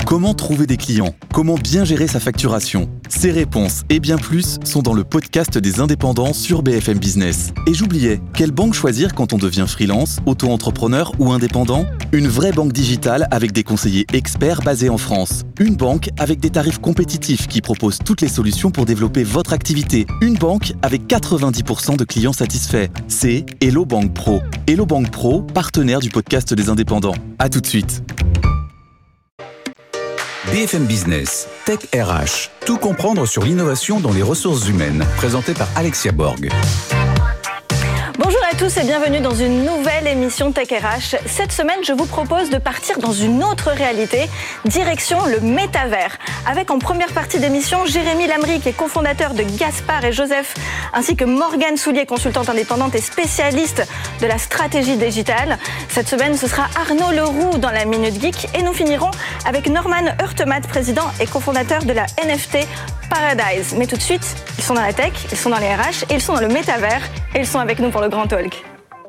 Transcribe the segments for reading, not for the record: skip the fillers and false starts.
Comment trouver des clients ? Comment bien gérer sa facturation ? Ces réponses et bien plus sont dans le podcast des indépendants sur BFM Business. Et j'oubliais, quelle banque choisir quand on devient freelance, auto-entrepreneur ou indépendant ? Une vraie banque digitale avec des conseillers experts basés en France. Une banque avec des tarifs compétitifs qui propose toutes les solutions pour développer votre activité. Une banque avec 90% de clients satisfaits. C'est Hello Bank Pro. Hello Bank Pro, partenaire du podcast des indépendants. À tout de suite. BFM Business, Tech RH, tout comprendre sur l'innovation dans les ressources humaines, présenté par Alexia Borg. Bonjour à tous et bienvenue dans une nouvelle émission Tech RH. Cette semaine, je vous propose de partir dans une autre réalité, direction le métavers. Avec en première partie d'émission, Jérémy Lamry, qui est cofondateur de Gaspard et Joseph, ainsi que Morgane Soulier, consultante indépendante et spécialiste de la stratégie digitale. Cette semaine, ce sera Arnaud Leroux dans la Minute Geek et nous finirons avec Norman Hurtemat, président et cofondateur de la NFT Paradise. Mais tout de suite, ils sont dans la tech, ils sont dans les RH et ils sont dans le métavers et ils sont avec nous pour le Grand Talk.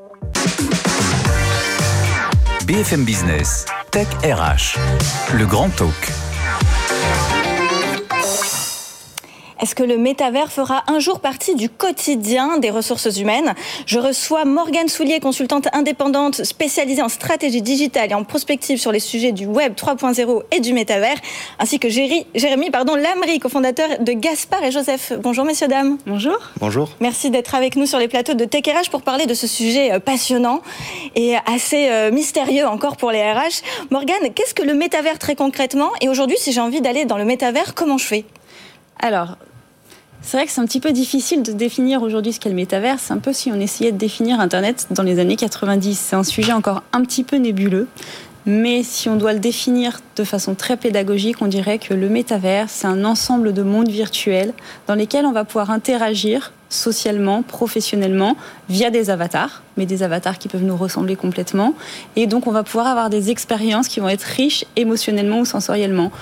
BFM Business, Tech RH, le Grand Talk. Est-ce que le métavers fera un jour partie du quotidien des ressources humaines ? Je reçois Morgane Soulier, consultante indépendante spécialisée en stratégie digitale et en prospective sur les sujets du Web 3.0 et du métavers, ainsi que Jérémy Lamry, cofondateur de Gaspard et Joseph. Bonjour messieurs, dames. Bonjour. Bonjour. Merci d'être avec nous sur les plateaux de Tech RH pour parler de ce sujet passionnant et assez mystérieux encore pour les RH. Morgane, qu'est-ce que le métavers très concrètement ? Et aujourd'hui, si j'ai envie d'aller dans le métavers, comment je fais ? Alors, c'est vrai que c'est un petit peu difficile de définir aujourd'hui ce qu'est le métavers. C'est un peu si on essayait de définir Internet dans les années 90. C'est un sujet encore un petit peu nébuleux. Mais si on doit le définir de façon très pédagogique, on dirait que le métavers, c'est un ensemble de mondes virtuels dans lesquels on va pouvoir interagir socialement, professionnellement, via des avatars, mais des avatars qui peuvent nous ressembler complètement. Et donc, on va pouvoir avoir des expériences qui vont être riches émotionnellement ou sensoriellement.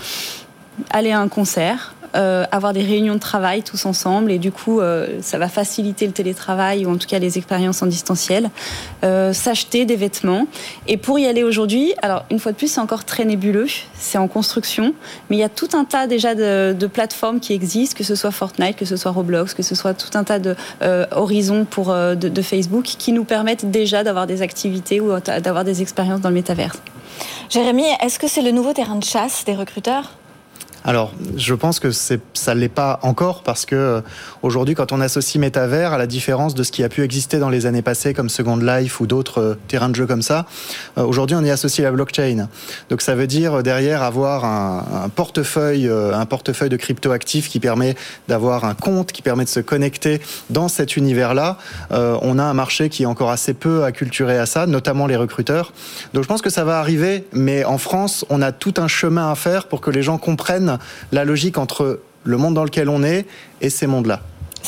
Aller à un concert, avoir des réunions de travail tous ensemble, et du coup ça va faciliter le télétravail ou en tout cas les expériences en distanciel, s'acheter des vêtements. Et pour y aller aujourd'hui, alors une fois de plus c'est encore très nébuleux, c'est en construction, mais il y a tout un tas déjà de plateformes qui existent, que ce soit Fortnite, que ce soit Roblox, que ce soit tout un tas de Horizon de Facebook, qui nous permettent déjà d'avoir des activités ou d'avoir des expériences dans le métavers. Jérémy, est-ce que c'est le nouveau terrain de chasse des recruteurs ? Alors, je pense que ça ne l'est pas encore parce que aujourd'hui, quand on associe métavers, à la différence de ce qui a pu exister dans les années passées comme Second Life ou d'autres terrains de jeu comme ça, aujourd'hui, on y associe la blockchain. Donc, ça veut dire derrière avoir un portefeuille de crypto-actifs qui permet d'avoir un compte, qui permet de se connecter dans cet univers-là. On a un marché qui est encore assez peu acculturé à ça, notamment les recruteurs. Donc, je pense que ça va arriver, mais en France, on a tout un chemin à faire pour que les gens comprennent la logique entre le monde dans lequel on est et ces mondes-là.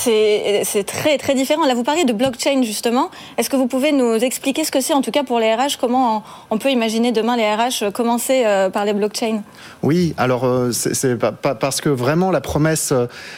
C'est très, très différent. Là, vous parliez de blockchain, justement. Est-ce que vous pouvez nous expliquer ce que c'est, en tout cas pour les RH, comment on peut imaginer demain les RH commencer par les blockchains ? Oui, alors c'est pas parce que vraiment la promesse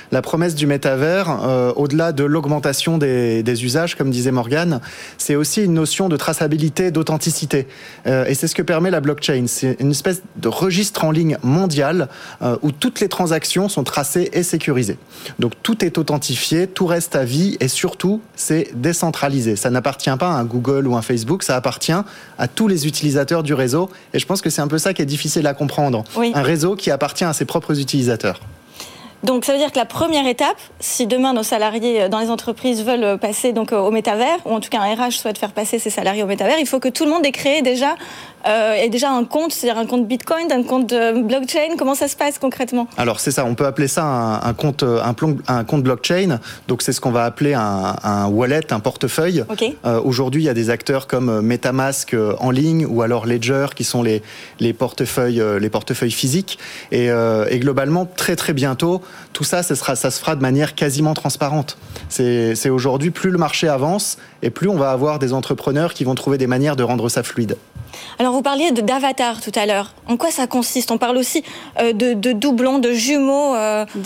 du métavers, au-delà de l'augmentation des usages, comme disait Morgane, c'est aussi une notion de traçabilité, d'authenticité. Et c'est ce que permet la blockchain. C'est une espèce de registre en ligne mondial où toutes les transactions sont tracées et sécurisées. Donc tout est authentifié, tout reste à vie et surtout, c'est décentralisé. Ça n'appartient pas à un Google ou un Facebook, ça appartient à tous les utilisateurs du réseau. Et je pense que c'est un peu ça qui est difficile à comprendre. Oui. Un réseau qui appartient à ses propres utilisateurs. Donc ça veut dire que la première étape, si demain nos salariés dans les entreprises veulent passer donc au métavers, ou en tout cas un RH souhaite faire passer ses salariés au métavers, il faut que tout le monde ait créé déjà un compte, c'est-à-dire un compte Bitcoin, un compte blockchain. Comment ça se passe concrètement ? Alors c'est ça, on peut appeler ça un compte blockchain. Donc c'est ce qu'on va appeler un wallet, un portefeuille. Okay. Aujourd'hui, il y a des acteurs comme MetaMask en ligne ou alors Ledger qui sont les portefeuilles physiques. Et globalement, très très bientôt, tout ça, ça se fera de manière quasiment transparente. C'est aujourd'hui, plus le marché avance et plus on va avoir des entrepreneurs qui vont trouver des manières de rendre ça fluide. Alors Alors vous parliez d'avatar tout à l'heure. En quoi ça consiste ? On parle aussi de doublons, de jumeaux,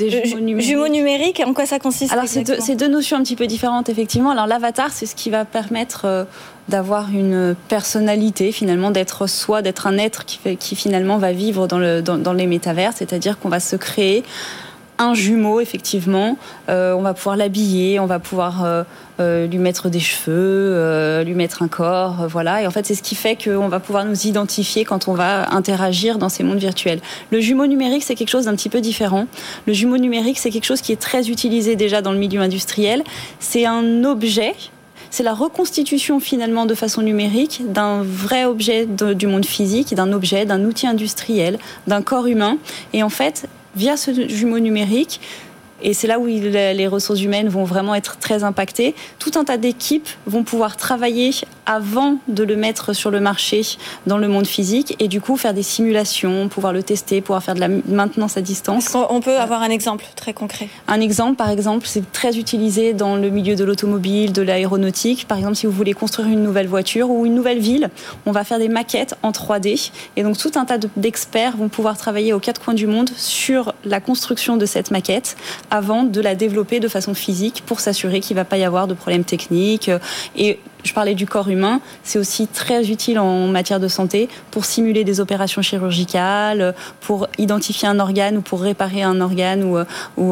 jumeaux numériques. En quoi ça consiste ? Alors c'est deux notions un petit peu différentes effectivement. Alors l'avatar, c'est ce qui va permettre d'avoir une personnalité finalement, d'être un être qui finalement va vivre dans les métavers, c'est-à-dire qu'on va se créer un jumeau, effectivement. On va pouvoir l'habiller, on va pouvoir lui mettre des cheveux, lui mettre un corps, voilà. Et en fait, c'est ce qui fait qu'on va pouvoir nous identifier quand on va interagir dans ces mondes virtuels. Le jumeau numérique, c'est quelque chose d'un petit peu différent. Le jumeau numérique, c'est quelque chose qui est très utilisé déjà dans le milieu industriel. C'est un objet. C'est la reconstitution finalement de façon numérique d'un vrai objet du monde physique, d'un objet, d'un outil industriel, d'un corps humain. Et en fait, via ce jumeau numérique, et c'est là où les ressources humaines vont vraiment être très impactées, tout un tas d'équipes vont pouvoir travailler avant de le mettre sur le marché dans le monde physique et du coup faire des simulations, pouvoir le tester, pouvoir faire de la maintenance à distance. Est-ce qu'on peut avoir un exemple très concret ? Un exemple, par exemple, c'est très utilisé dans le milieu de l'automobile, de l'aéronautique. Par exemple, si vous voulez construire une nouvelle voiture ou une nouvelle ville, on va faire des maquettes en 3D. Et donc, tout un tas d'experts vont pouvoir travailler aux quatre coins du monde sur la construction de cette maquette avant de la développer de façon physique pour s'assurer qu'il ne va pas y avoir de problèmes techniques. Et je parlais du corps humain, c'est aussi très utile en matière de santé pour simuler des opérations chirurgicales, pour identifier un organe ou pour réparer un organe ou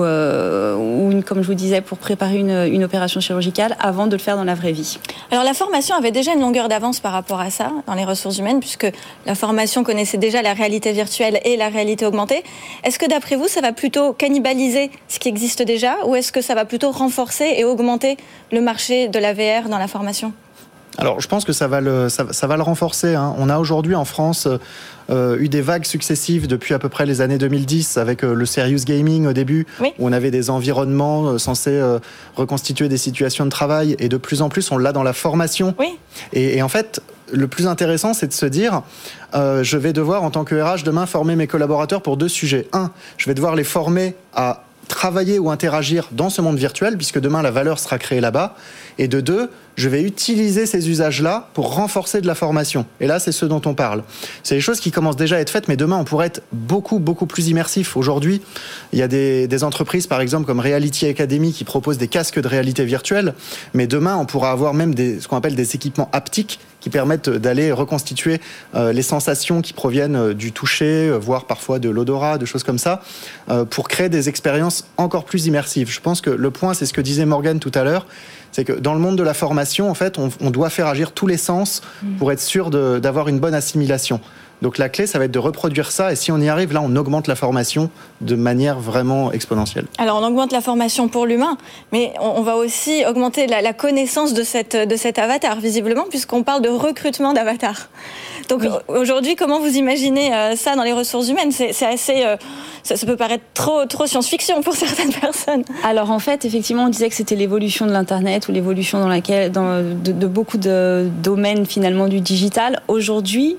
comme je vous disais, pour préparer une opération chirurgicale avant de le faire dans la vraie vie. Alors la formation avait déjà une longueur d'avance par rapport à ça dans les ressources humaines puisque la formation connaissait déjà la réalité virtuelle et la réalité augmentée. Est-ce que d'après vous, ça va plutôt cannibaliser ce qui existe déjà ou est-ce que ça va plutôt renforcer et augmenter le marché de la VR dans la formation ? Alors, je pense que ça va le renforcer. On a aujourd'hui en France eu des vagues successives depuis à peu près les années 2010 avec le serious gaming au début, oui, où on avait des environnements censés reconstituer des situations de travail et de plus en plus on l'a dans la formation. Oui. Et en fait, le plus intéressant, c'est de se dire je vais devoir en tant que RH demain former mes collaborateurs pour deux sujets. Un, je vais devoir les former à travailler ou interagir dans ce monde virtuel puisque demain la valeur sera créée là-bas. Et de deux, je vais utiliser ces usages-là pour renforcer de la formation. Et là, c'est ce dont on parle. C'est des choses qui commencent déjà à être faites, mais demain, on pourrait être beaucoup, beaucoup plus immersif. Aujourd'hui, il y a des entreprises, par exemple, comme Reality Academy, qui proposent des casques de réalité virtuelle. Mais demain, on pourra avoir même ce qu'on appelle des équipements haptiques qui permettent d'aller reconstituer les sensations qui proviennent du toucher, voire parfois de l'odorat, de choses comme ça, pour créer des expériences encore plus immersives. Je pense que le point, c'est ce que disait Morgane tout à l'heure, c'est que dans le monde de la formation, en fait, on doit faire agir tous les sens pour être sûr d'avoir une bonne assimilation. Donc la clé, ça va être de reproduire ça. Et si on y arrive, là, on augmente la formation de manière vraiment exponentielle. Alors, on augmente la formation pour l'humain, mais on va aussi augmenter la connaissance de cet avatar, visiblement, puisqu'on parle de recrutement d'avatar. Donc oui. Aujourd'hui, comment vous imaginez ça dans les ressources humaines ? C'est assez... ça peut paraître trop science-fiction pour certaines personnes. Alors en fait, effectivement, on disait que c'était l'évolution de l'Internet ou l'évolution de beaucoup de domaines finalement du digital. Aujourd'hui,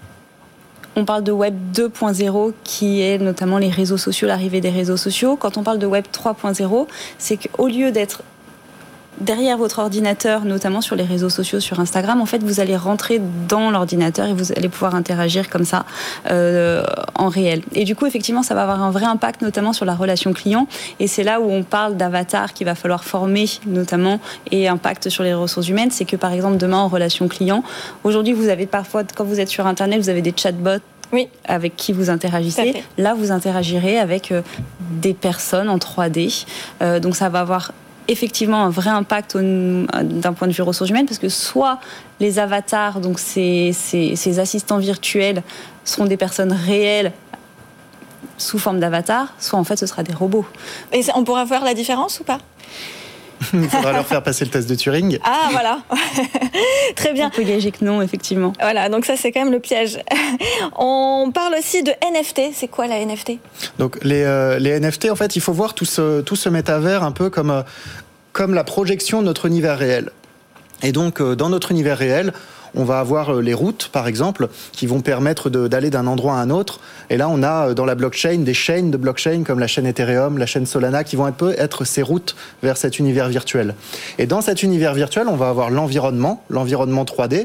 on parle de Web 2.0 qui est notamment les réseaux sociaux, l'arrivée des réseaux sociaux. Quand on parle de Web 3.0, c'est qu'au lieu d'être derrière votre ordinateur, notamment sur les réseaux sociaux, sur Instagram, en fait, vous allez rentrer dans l'ordinateur et vous allez pouvoir interagir comme ça en réel. Et du coup, effectivement, ça va avoir un vrai impact, notamment sur la relation client. Et c'est là où on parle d'avatar qu'il va falloir former, notamment, et impact sur les ressources humaines. C'est que, par exemple, demain, en relation client, aujourd'hui, vous avez parfois, quand vous êtes sur Internet, vous avez des chatbots. Oui. Avec qui vous interagissez. Là, vous interagirez avec des personnes en 3D. Donc, ça va avoir effectivement un vrai impact d'un point de vue ressources humaines, parce que soit les avatars, donc ces assistants virtuels, seront des personnes réelles sous forme d'avatar, soit en fait ce sera des robots. Et on pourra voir la différence ou pas ? Il faudra leur faire passer le test de Turing. Ah, voilà. Très bien. On peut gager que non, effectivement. Voilà, donc ça, c'est quand même le piège. On parle aussi de NFT. C'est quoi la NFT ? Donc, les NFT, en fait, il faut voir tout ce métavers un peu comme la projection de notre univers réel. Et donc, dans notre univers réel, on va avoir les routes, par exemple, qui vont permettre d'aller d'un endroit à un autre. Et là, on a dans la blockchain des chaînes de blockchain comme la chaîne Ethereum, la chaîne Solana, qui vont être ces routes vers cet univers virtuel. Et dans cet univers virtuel, on va avoir l'environnement 3D,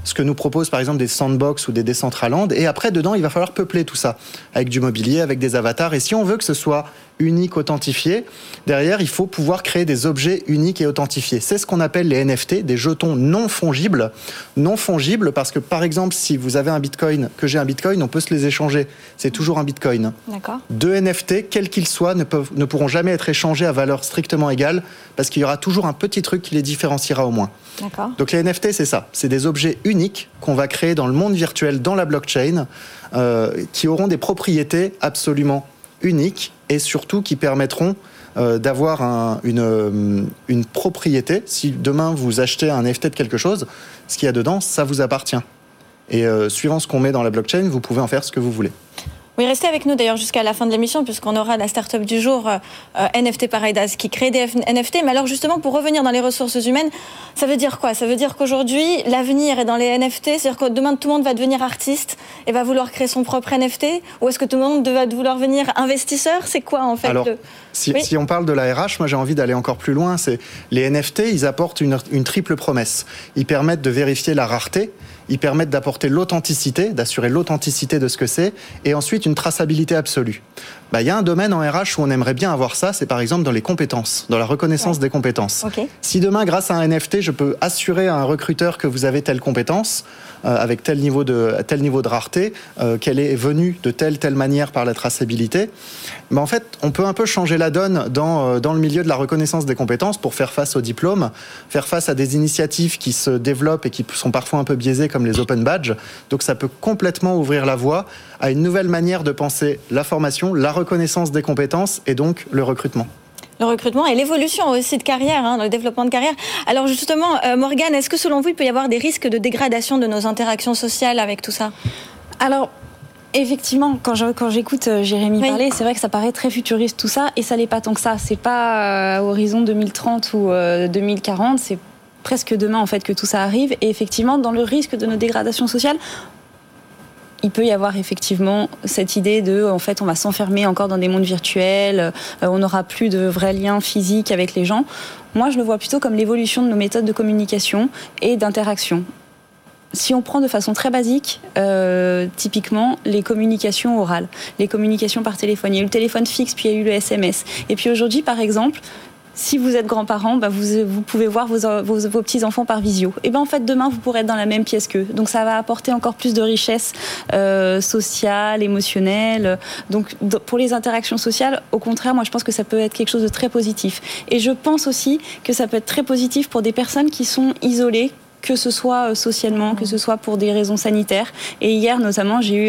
ce que nous proposent par exemple des Sandbox ou des Decentraland. Et après, dedans, il va falloir peupler tout ça avec du mobilier, avec des avatars. Et si on veut que ce soit unique, authentifié, derrière, il faut pouvoir créer des objets uniques et authentifiés. C'est ce qu'on appelle les NFT, des jetons non fongibles. Non fongibles parce que, par exemple, si vous avez un Bitcoin, que j'ai un Bitcoin, on peut se les échanger. C'est toujours un Bitcoin. D'accord. Deux NFT, quels qu'ils soient, ne pourront jamais être échangés à valeur strictement égale parce qu'il y aura toujours un petit truc qui les différenciera au moins. D'accord. Donc les NFT, c'est ça. C'est des objets uniques qu'on va créer dans le monde virtuel, dans la blockchain, qui auront des propriétés absolument uniques et surtout qui permettront d'avoir une propriété. Si demain vous achetez un NFT de quelque chose, ce qu'il y a dedans, ça vous appartient. Et suivant ce qu'on met dans la blockchain, vous pouvez en faire ce que vous voulez. Oui, restez avec nous d'ailleurs jusqu'à la fin de l'émission puisqu'on aura la start-up du jour, NFT Paradise, qui crée des NFT. Mais alors justement, pour revenir dans les ressources humaines, ça veut dire quoi ? Ça veut dire qu'aujourd'hui, l'avenir est dans les NFT, c'est-à-dire que demain, tout le monde va devenir artiste et va vouloir créer son propre NFT ? Ou est-ce que tout le monde va vouloir devenir investisseur ? C'est quoi en fait Alors, si on parle de la RH, moi j'ai envie d'aller encore plus loin. C'est les NFT, ils apportent une triple promesse. Ils permettent de vérifier la rareté. Ils permettent d'apporter l'authenticité, d'assurer l'authenticité de ce que c'est, et ensuite une traçabilité absolue. Il y a un domaine en RH où on aimerait bien avoir ça, c'est par exemple dans les compétences, dans la reconnaissance des compétences. Okay. Si demain, grâce à un NFT, je peux assurer à un recruteur que vous avez telle compétence, avec tel niveau de rareté, qu'elle est venue de telle manière par la traçabilité, en fait, on peut un peu changer la donne dans le milieu de la reconnaissance des compétences pour faire face aux diplômes, faire face à des initiatives qui se développent et qui sont parfois un peu biaisées comme les open badges. Donc ça peut complètement ouvrir la voie à une nouvelle manière de penser la formation, la reconnaissance des compétences et donc le recrutement. Le recrutement et l'évolution aussi de carrière, le développement de carrière. Alors justement, Morgane, est-ce que selon vous, il peut y avoir des risques de dégradation de nos interactions sociales avec tout ça ? Alors, effectivement, quand j'écoute Jérémy parler, c'est vrai que ça paraît très futuriste tout ça, et ça l'est pas tant que ça. C'est pas à horizon 2030 ou 2040, c'est presque demain en fait que tout ça arrive. Et effectivement, dans le risque de nos dégradations sociales, il peut y avoir effectivement cette idée de, en fait, on va s'enfermer encore dans des mondes virtuels, on n'aura plus de vrais liens physiques avec les gens. Moi, je le vois plutôt comme l'évolution de nos méthodes de communication et d'interaction. Si on prend de façon très basique, typiquement les communications orales, les communications par téléphone. Il y a eu le téléphone fixe, puis il y a eu le SMS. Et puis aujourd'hui, par exemple, si vous êtes grands-parents, vous pouvez voir vos petits-enfants par visio. Et en fait, demain, vous pourrez être dans la même pièce qu'eux. Donc, ça va apporter encore plus de richesse sociale, émotionnelle. Donc, pour les interactions sociales, au contraire, moi, je pense que ça peut être quelque chose de très positif. Et je pense aussi que ça peut être très positif pour des personnes qui sont isolées, que ce soit socialement, que ce soit pour des raisons sanitaires. Et hier, notamment, j'ai eu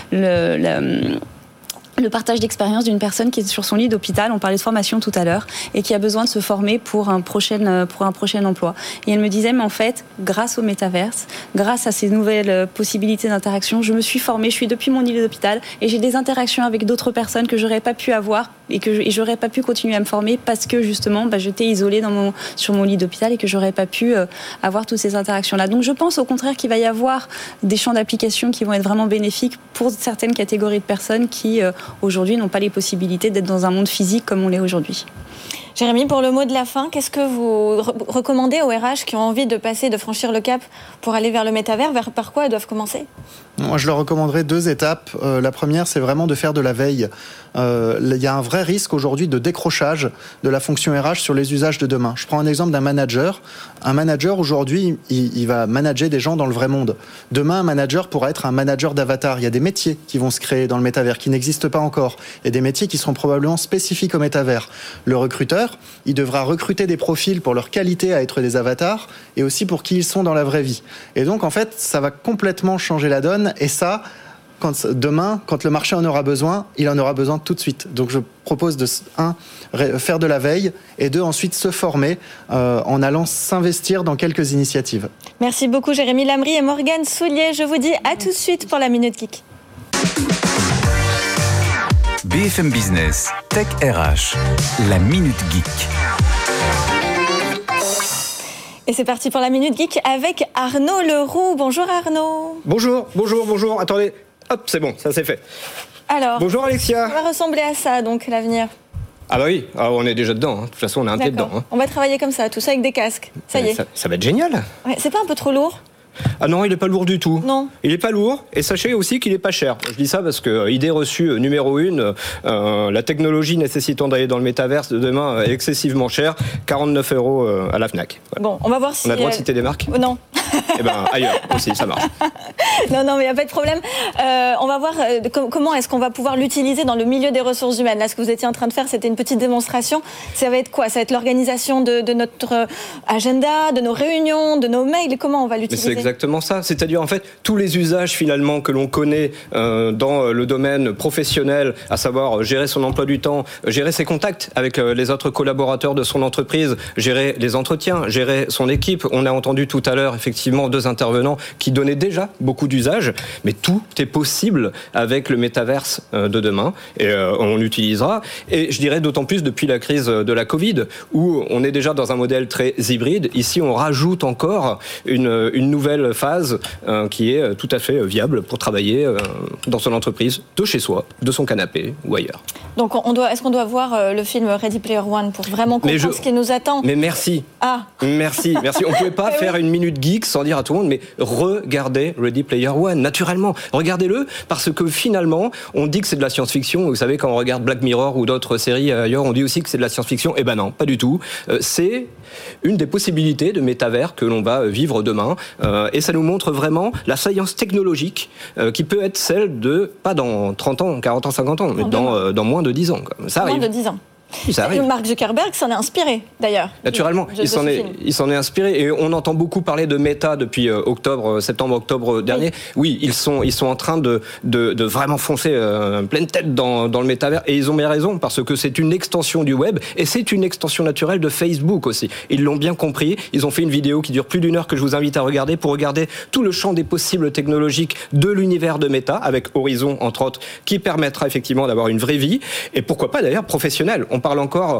le partage d'expérience d'une personne qui est sur son lit d'hôpital, on parlait de formation tout à l'heure, et qui a besoin de se former pour un prochain emploi. Et elle me disait, mais en fait, grâce au métaverse, grâce à ces nouvelles possibilités d'interaction, je me suis formée, je suis depuis mon lit d'hôpital, et j'ai des interactions avec d'autres personnes que j'aurais pas pu avoir, et j'aurais pas pu continuer à me former parce que justement, j'étais isolée sur mon lit d'hôpital et que j'aurais pas pu avoir toutes ces interactions-là. Donc je pense au contraire qu'il va y avoir des champs d'application qui vont être vraiment bénéfiques pour certaines catégories de personnes qui aujourd'hui n'ont pas les possibilités d'être dans un monde physique comme on l'est aujourd'hui. Jérémy, pour le mot de la fin, qu'est-ce que vous recommandez aux RH qui ont envie de franchir le cap pour aller vers le métavers ? Par quoi elles doivent commencer ? Moi, je leur recommanderais 2 étapes. La première, c'est vraiment de faire de la veille. Il y a un vrai risque aujourd'hui de décrochage de la fonction RH sur les usages de demain. Je prends un exemple d'un manager. Un manager, aujourd'hui, il va manager des gens dans le vrai monde. Demain, un manager pourra être un manager d'avatar. Il y a des métiers qui vont se créer dans le métavers, qui n'existent pas encore. Il y a des métiers qui seront probablement spécifiques au métavers. Le recruteur, il devra recruter des profils pour leur qualité à être des avatars et aussi pour qui ils sont dans la vraie vie. Et donc, en fait, ça va complètement changer la donne. Et ça, demain, quand le marché en aura besoin, il en aura besoin tout de suite. Donc, je propose de, 1, faire de la veille et 2, ensuite se former en allant s'investir dans quelques initiatives. Merci beaucoup, Jérémy Lamry et Morgane Soulier. Je vous dis à tout de suite pour la Minute Geek. BFM Business, Tech RH, la Minute Geek. Et c'est parti pour la Minute Geek avec Arnaud Leroux. Bonjour Arnaud. Bonjour. Attendez, hop, c'est bon, ça c'est fait. Alors, bonjour Alexia. Ça va ressembler à ça, donc, l'avenir. Ah bah oui, on est déjà dedans. De toute façon, on a un pied dedans. On va travailler comme ça, tout ça avec des casques. Ça y est. Ça va être génial. Ouais, c'est pas un peu trop lourd ? Ah non, il n'est pas lourd du tout. Non. Il n'est pas lourd, et sachez aussi qu'il n'est pas cher. Je dis ça parce que, idée reçue numéro 1, la technologie nécessitant d'aller dans le métaverse de demain est excessivement chère, 49 € à la Fnac. Voilà. Bon, on va voir si... On a le droit de citer des marques ? Non. Eh ben ailleurs aussi, ça marche. Non, mais il n'y a pas de problème. On va voir comment est-ce qu'on va pouvoir l'utiliser dans le milieu des ressources humaines. Là, ce que vous étiez en train de faire, c'était une petite démonstration. Ça va être quoi ? Ça va être l'organisation de notre agenda, de nos réunions, de nos mails. Comment on va l'utiliser ? Mais c'est exactement ça. C'est-à-dire, en fait, tous les usages, finalement, que l'on connaît dans le domaine professionnel, à savoir gérer son emploi du temps, gérer ses contacts avec les autres collaborateurs de son entreprise, gérer les entretiens, gérer son équipe. On a entendu tout à l'heure, effectivement, 2 intervenants qui donnaient déjà beaucoup d'usages, mais tout est possible avec le métaverse de demain, et on l'utilisera. Et je dirais d'autant plus depuis la crise de la Covid, où on est déjà dans un modèle très hybride. Ici, on rajoute encore une nouvelle phase qui est tout à fait viable pour travailler dans son entreprise, de chez soi, de son canapé ou ailleurs. Donc, est-ce qu'on doit voir le film Ready Player One pour vraiment comprendre ce qui nous attend ? Mais merci. Merci. On ne pouvait pas faire une minute geek sans dire à tout le monde, mais regardez Ready Player One, naturellement. Regardez-le, parce que finalement, on dit que c'est de la science-fiction. Vous savez, quand on regarde Black Mirror ou d'autres séries ailleurs, on dit aussi que c'est de la science-fiction. Eh ben non, pas du tout. C'est une des possibilités de métavers que l'on va vivre demain. Et ça nous montre vraiment la science technologique qui peut être celle de, pas dans 30 ans, 40 ans, 50 ans, mais dans moins de 10 ans. Ça arrive. Moins de 10 ans. Ça arrive. Mark Zuckerberg s'en est inspiré, d'ailleurs. Naturellement, il s'en est inspiré. Et on entend beaucoup parler de Meta depuis septembre-octobre dernier. Oui, ils sont en train de vraiment foncer pleine tête dans le métavers. Et ils ont bien raison, parce que c'est une extension du web, et c'est une extension naturelle de Facebook aussi. Ils l'ont bien compris. Ils ont fait une vidéo qui dure plus d'1 heure que je vous invite à regarder, pour regarder tout le champ des possibles technologiques de l'univers de Meta, avec Horizon, entre autres, qui permettra effectivement d'avoir une vraie vie. Et pourquoi pas d'ailleurs professionnelle. On parle encore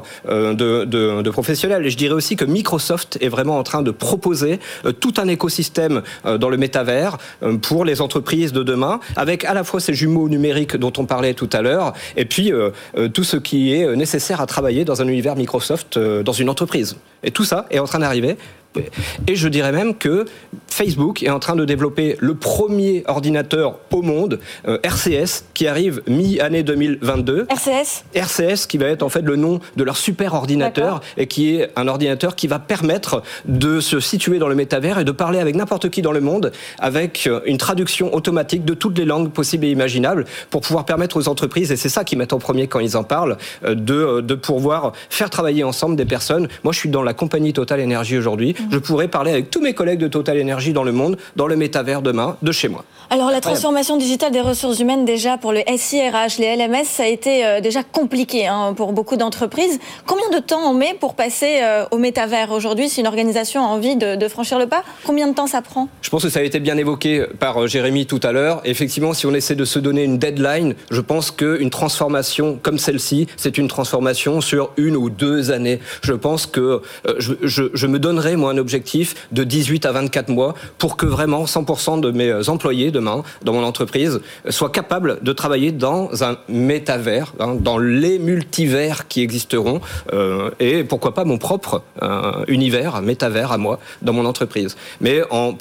de professionnels. Et je dirais aussi que Microsoft est vraiment en train de proposer tout un écosystème dans le métavers pour les entreprises de demain, avec à la fois ces jumeaux numériques dont on parlait tout à l'heure, et puis tout ce qui est nécessaire à travailler dans un univers Microsoft dans une entreprise. Et tout ça est en train d'arriver. Et je dirais même que Facebook est en train de développer le premier ordinateur au monde, RCS, qui arrive mi-année 2022. RCS, qui va être en fait le nom de leur super ordinateur. D'accord. Et qui est un ordinateur qui va permettre de se situer dans le métavers et de parler avec n'importe qui dans le monde, avec une traduction automatique de toutes les langues possibles et imaginables, pour pouvoir permettre aux entreprises, et c'est ça qu'ils mettent en premier quand ils en parlent, de pouvoir faire travailler ensemble des personnes. Moi, je suis dans la compagnie Total Energy aujourd'hui. Je pourrais parler avec tous mes collègues de Total Energy dans le monde, dans le métavers demain, de chez moi. Alors, la transformation digitale des ressources humaines, déjà, pour le SIRH, les LMS, ça a été déjà compliqué pour beaucoup d'entreprises. Combien de temps on met pour passer au métavers aujourd'hui, si une organisation a envie de franchir le pas? Combien de temps ça prend? Je pense que ça a été bien évoqué par Jérémy tout à l'heure. Effectivement, si on essaie de se donner une deadline, je pense qu'une transformation comme celle-ci, c'est une transformation sur 1 ou 2 années. Je pense que je me donnerai, moi, un objectif de 18 à 24 mois pour que vraiment 100% de mes employés demain, dans mon entreprise, soient capables de travailler dans un métavers, dans les multivers qui existeront, et pourquoi pas mon propre univers, métavers à moi, dans mon entreprise. Mais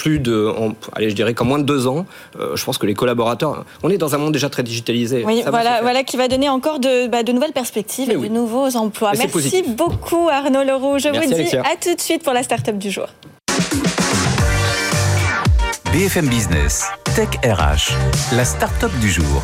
je dirais qu'en moins de 2 ans, je pense que les collaborateurs, on est dans un monde déjà très digitalisé. Oui, voilà qui va donner encore de nouvelles perspectives et de nouveaux emplois. Merci beaucoup Arnaud Leroux. Je vous dis à tout de suite pour la start-up du jour. BFM Business, Tech RH, la start-up du jour.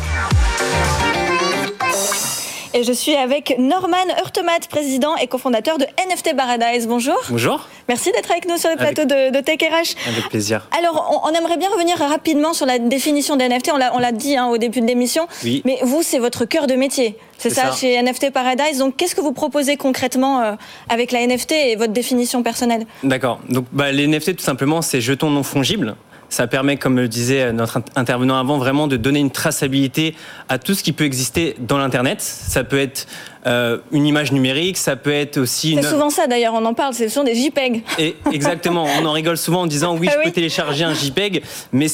Et je suis avec Norman Hurtemat, président et cofondateur de NFT Paradise. Bonjour. Bonjour. Merci d'être avec nous sur le plateau de Tech RH. Avec plaisir. Alors, on aimerait bien revenir rapidement sur la définition des NFT. On l'a dit au début de l'émission. Oui. Mais vous, c'est votre cœur de métier. C'est ça, chez NFT Paradise. Donc, qu'est-ce que vous proposez concrètement avec la NFT et votre définition personnelle? D'accord. Donc, les NFT, tout simplement, c'est jetons non fongibles. Ça permet, comme le disait notre intervenant avant, vraiment de donner une traçabilité à tout ce qui peut exister dans l'Internet. Ça peut être une image numérique, ça peut être aussi... C'est souvent ça d'ailleurs, on en parle, ce sont des JPEG. Et exactement, on en rigole souvent en disant oui, je peux télécharger un JPEG, mais c'est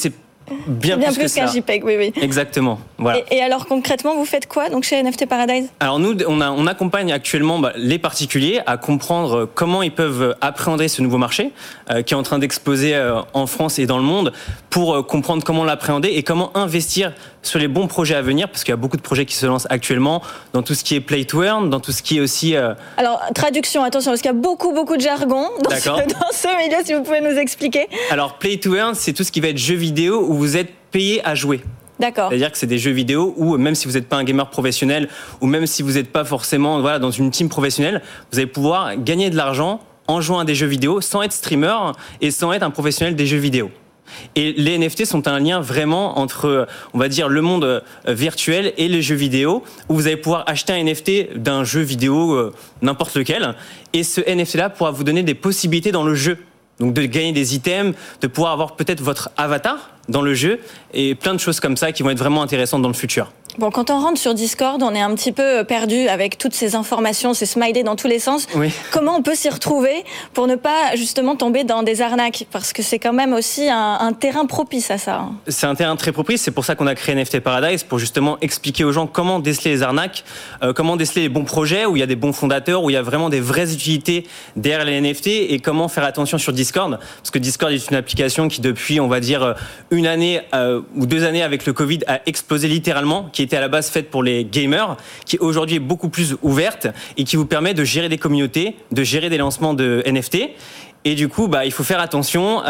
bien plus qu'un JPEG, oui. Exactement. Voilà. Et alors concrètement, vous faites quoi donc chez NFT Paradise ? Alors nous, on accompagne actuellement les particuliers à comprendre comment ils peuvent appréhender ce nouveau marché qui est en train d'exploser en France et dans le monde, pour comprendre comment l'appréhender et comment investir sur les bons projets à venir, parce qu'il y a beaucoup de projets qui se lancent actuellement dans tout ce qui est play to earn, dans tout ce qui est aussi... Alors, traduction, attention, parce qu'il y a beaucoup de jargon dans ce milieu, si vous pouvez nous expliquer. Alors, play to earn, c'est tout ce qui va être jeux vidéo où vous êtes payé à jouer. D'accord. C'est-à-dire que c'est des jeux vidéo où, même si vous n'êtes pas un gamer professionnel, ou même si vous n'êtes pas forcément dans une team professionnelle, vous allez pouvoir gagner de l'argent en jouant à des jeux vidéo sans être streamer et sans être un professionnel des jeux vidéo. Et les NFT sont un lien vraiment entre, on va dire, le monde virtuel et les jeux vidéo, où vous allez pouvoir acheter un NFT d'un jeu vidéo, n'importe lequel, et ce NFT-là pourra vous donner des possibilités dans le jeu. Donc de gagner des items, de pouvoir avoir peut-être votre avatar dans le jeu, et plein de choses comme ça qui vont être vraiment intéressantes dans le futur. Bon, quand on rentre sur Discord, on est un petit peu perdu avec toutes ces informations, ces smileys dans tous les sens. Oui. Comment on peut s'y retrouver pour ne pas justement tomber dans des arnaques ? Parce que c'est quand même aussi un terrain propice à ça. C'est un terrain très propice, c'est pour ça qu'on a créé NFT Paradise, pour justement expliquer aux gens comment déceler les arnaques, comment déceler les bons projets, où il y a des bons fondateurs, où il y a vraiment des vraies utilités derrière les NFT, et comment faire attention sur Discord. Parce que Discord est une application qui, depuis, on va dire, une année ou 2 années avec le Covid, a explosé littéralement, qui était à la base faite pour les gamers, qui aujourd'hui est beaucoup plus ouverte et qui vous permet de gérer des communautés, de gérer des lancements de NFT. Et du coup, il faut faire attention.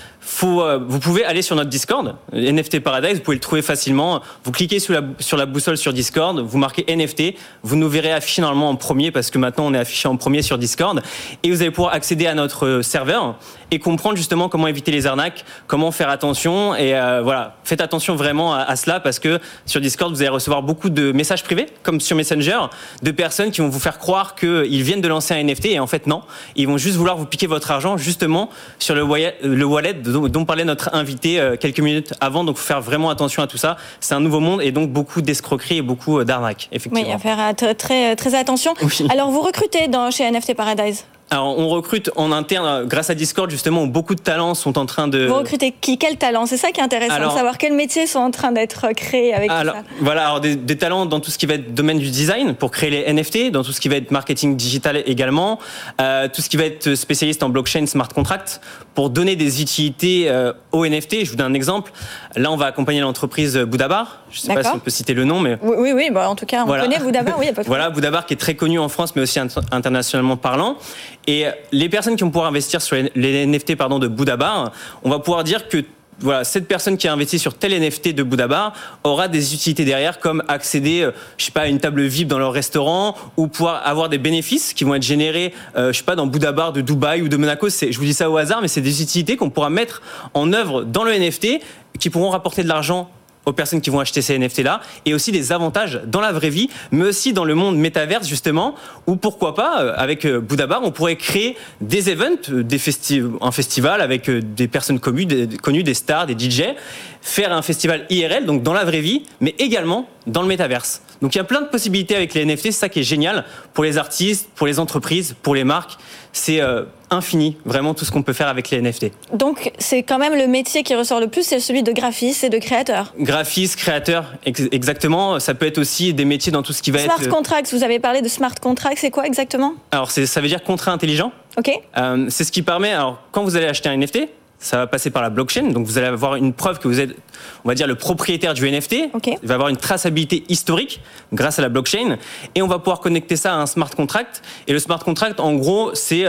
Vous pouvez aller sur notre Discord, NFT Paradise, vous pouvez le trouver facilement. Vous cliquez sur la boussole sur Discord, vous marquez NFT, vous nous verrez affiché normalement en premier, parce que maintenant on est affiché en premier sur Discord, et vous allez pouvoir accéder à notre serveur et comprendre justement comment éviter les arnaques, comment faire attention, et voilà, faites attention vraiment à cela, parce que sur Discord vous allez recevoir beaucoup de messages privés, comme sur Messenger, de personnes qui vont vous faire croire qu'ils viennent de lancer un NFT, et en fait non, ils vont juste vouloir vous piquer votre argent justement sur le wallet dont parlait notre invité quelques minutes avant. Donc, il faut faire vraiment attention à tout ça. C'est un nouveau monde, et donc beaucoup d'escroqueries et beaucoup d'arnaques, effectivement. Oui, à faire très attention. Oui. Alors, vous recrutez chez NFT Paradise ? Alors, on recrute en interne grâce à Discord, justement, où beaucoup de talents sont en train de... Vous recrutez qui ? Quels talents ? C'est ça qui est intéressant, de savoir quels métiers sont en train d'être créés avec tout ça. Voilà, alors des talents dans tout ce qui va être domaine du design pour créer les NFT, dans tout ce qui va être marketing digital également, tout ce qui va être spécialiste en blockchain, smart contract, pour donner des utilités aux NFT. Je vous donne un exemple. Là, on va accompagner l'entreprise Boudabar. Je ne sais pas si on peut citer le nom, mais... Oui, en tout cas, on connaît Boudabar, oui, il n'y a pas de problème. Voilà, Boudabar qui est très connu en France, mais aussi internationalement parlant. Et les personnes qui vont pouvoir investir sur les NFT de Boudabar, on va pouvoir dire que voilà, cette personne qui a investi sur tel NFT de Boudabar aura des utilités derrière, comme accéder, à une table VIP dans leur restaurant, ou pouvoir avoir des bénéfices qui vont être générés, dans Boudabar de Dubaï ou de Monaco. Je vous dis ça au hasard, mais c'est des utilités qu'on pourra mettre en œuvre dans le NFT, qui pourront rapporter de l'argent aux personnes qui vont acheter ces NFT-là, et aussi des avantages dans la vraie vie, mais aussi dans le monde métaverse, justement, où pourquoi pas, avec Boudabar, on pourrait créer des events, un festival avec des personnes connues, des stars, des DJ, faire un festival IRL, donc dans la vraie vie, mais également dans le métaverse. Donc il y a plein de possibilités avec les NFT, c'est ça qui est génial pour les artistes, pour les entreprises, pour les marques. C'est infini, vraiment, tout ce qu'on peut faire avec les NFT. Donc c'est quand même le métier qui ressort le plus, c'est celui de graphiste et de créateur. Graphiste, créateur, exactement. Ça peut être aussi des métiers dans tout ce qui va smart être... Smart contracts, vous avez parlé de smart contracts, c'est quoi exactement ? Alors ça veut dire contrat intelligent. Ok. C'est ce qui permet, alors quand vous allez acheter un NFT, ça va passer par la blockchain, donc vous allez avoir une preuve que vous êtes, on va dire, le propriétaire du NFT. Okay. Il va avoir une traçabilité historique grâce à la blockchain, et on va pouvoir connecter ça à un smart contract. Et le smart contract, en gros, c'est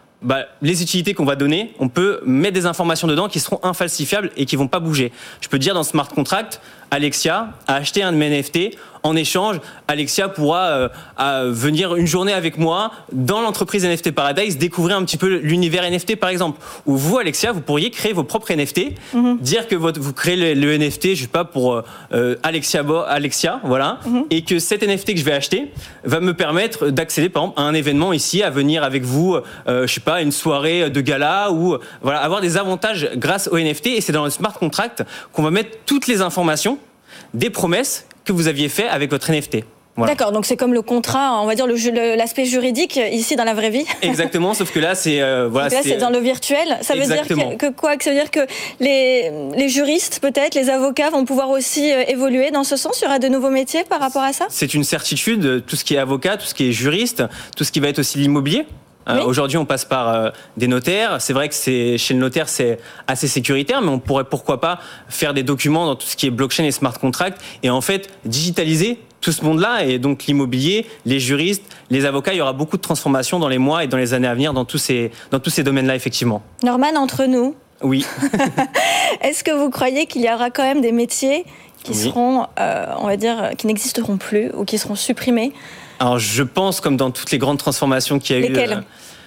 les utilités qu'on va donner. On peut mettre des informations dedans qui seront infalsifiables et qui vont pas bouger. Je peux dire dans smart contract, Alexia a acheté un de mes NFT. En échange, Alexia pourra venir une journée avec moi dans l'entreprise NFT Paradise, découvrir un petit peu l'univers NFT, par exemple. Ou vous, Alexia, vous pourriez créer vos propres NFT, dire que vous créez le NFT, je sais pas, pour Alexia, voilà, et que cet NFT que je vais acheter va me permettre d'accéder, par exemple, à un événement ici, à venir avec vous, je sais pas, une soirée de gala, ou voilà, avoir des avantages grâce au NFT. Et c'est dans le smart contract qu'on va mettre toutes les informations des promesses que vous aviez fait avec votre NFT. Voilà. D'accord, donc c'est comme le contrat, on va dire l'aspect juridique ici dans la vraie vie. Exactement, sauf que là c'est là c'est dans le virtuel. Ça veut dire que quoi? Que ça veut dire que les juristes peut-être, les avocats vont pouvoir aussi évoluer dans ce sens. Il y aura de nouveaux métiers par rapport à ça? C'est une certitude. Tout ce qui est avocat, tout ce qui est juriste, tout ce qui va être aussi l'immobilier. Oui. Aujourd'hui, on passe par des notaires. C'est vrai que chez le notaire, c'est assez sécuritaire, mais on pourrait pourquoi pas faire des documents dans tout ce qui est blockchain et smart contract et en fait digitaliser tout ce monde-là. Et donc l'immobilier, les juristes, les avocats, il y aura beaucoup de transformations dans les mois et dans les années à venir dans tous ces domaines-là, effectivement. Norman, entre nous. Oui. Est-ce que vous croyez qu'il y aura quand même des métiers qui seront, on va dire, qui n'existeront plus ou qui seront supprimés? Alors, je pense, comme dans toutes les grandes transformations qu'il y a eu... Lesquelles ?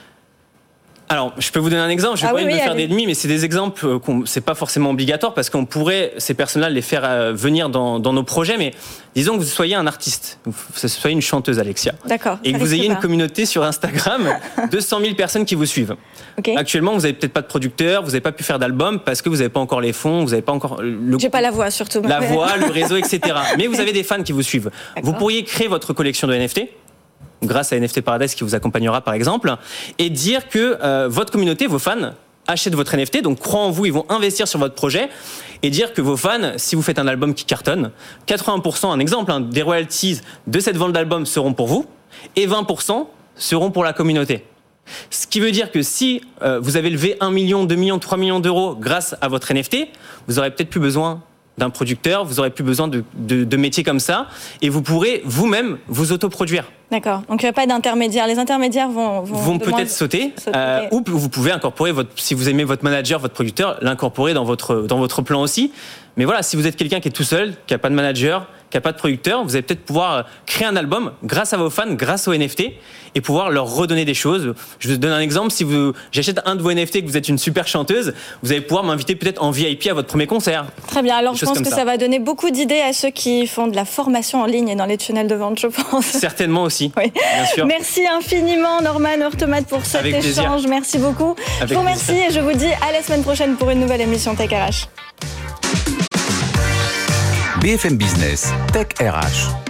Alors, je peux vous donner un exemple. Je vais pas me faire d'ennemis, mais c'est des exemples c'est pas forcément obligatoire parce qu'on pourrait, ces personnes-là, les faire venir dans nos projets. Mais disons que vous soyez un artiste, que vous soyez une chanteuse, Alexia. D'accord. Et que vous ayez une communauté sur Instagram, 200 000 personnes qui vous suivent. Okay. Actuellement, vous n'avez peut-être pas de producteur, vous n'avez pas pu faire d'album parce que vous n'avez pas encore les fonds, vous n'avez pas encore J'ai pas la voix, surtout. La voix, le réseau, etc. Mais vous avez des fans qui vous suivent. D'accord. Vous pourriez créer votre collection de NFT. Grâce à NFT Paradise qui vous accompagnera par exemple, et dire que votre communauté, vos fans, achètent votre NFT, donc croient en vous, ils vont investir sur votre projet, et dire que vos fans, si vous faites un album qui cartonne, 80%, un exemple, des royalties de cette vente d'album seront pour vous, et 20% seront pour la communauté. Ce qui veut dire que si vous avez levé 1 million, 2 millions, 3 millions d'euros grâce à votre NFT, vous aurez peut-être plus besoin d'un producteur, vous aurez plus besoin de métiers comme ça, et vous pourrez vous-même vous autoproduire. D'accord. Donc il n'y a pas d'intermédiaires. Les intermédiaires vont peut-être sauter. Ou vous pouvez incorporer si vous aimez votre manager, votre producteur, l'incorporer dans votre plan aussi. Mais voilà, si vous êtes quelqu'un qui est tout seul, qui n'a pas de manager, qui n'a pas de producteur, vous allez peut-être pouvoir créer un album grâce à vos fans, grâce aux NFT, et pouvoir leur redonner des choses. Je vous donne un exemple. Si j'achète un de vos NFT et que vous êtes une super chanteuse, vous allez pouvoir m'inviter peut-être en VIP à votre premier concert. Très bien. Alors je pense que ça va donner beaucoup d'idées à ceux qui font de la formation en ligne et dans les tunnels de vente, je pense. Certainement aussi. Oui. Bien sûr. Merci infiniment, Norman Ortemat, pour cet échange. Merci beaucoup. Je vous remercie et je vous dis à la semaine prochaine pour une nouvelle émission Tech RH. BFM Business, Tech RH.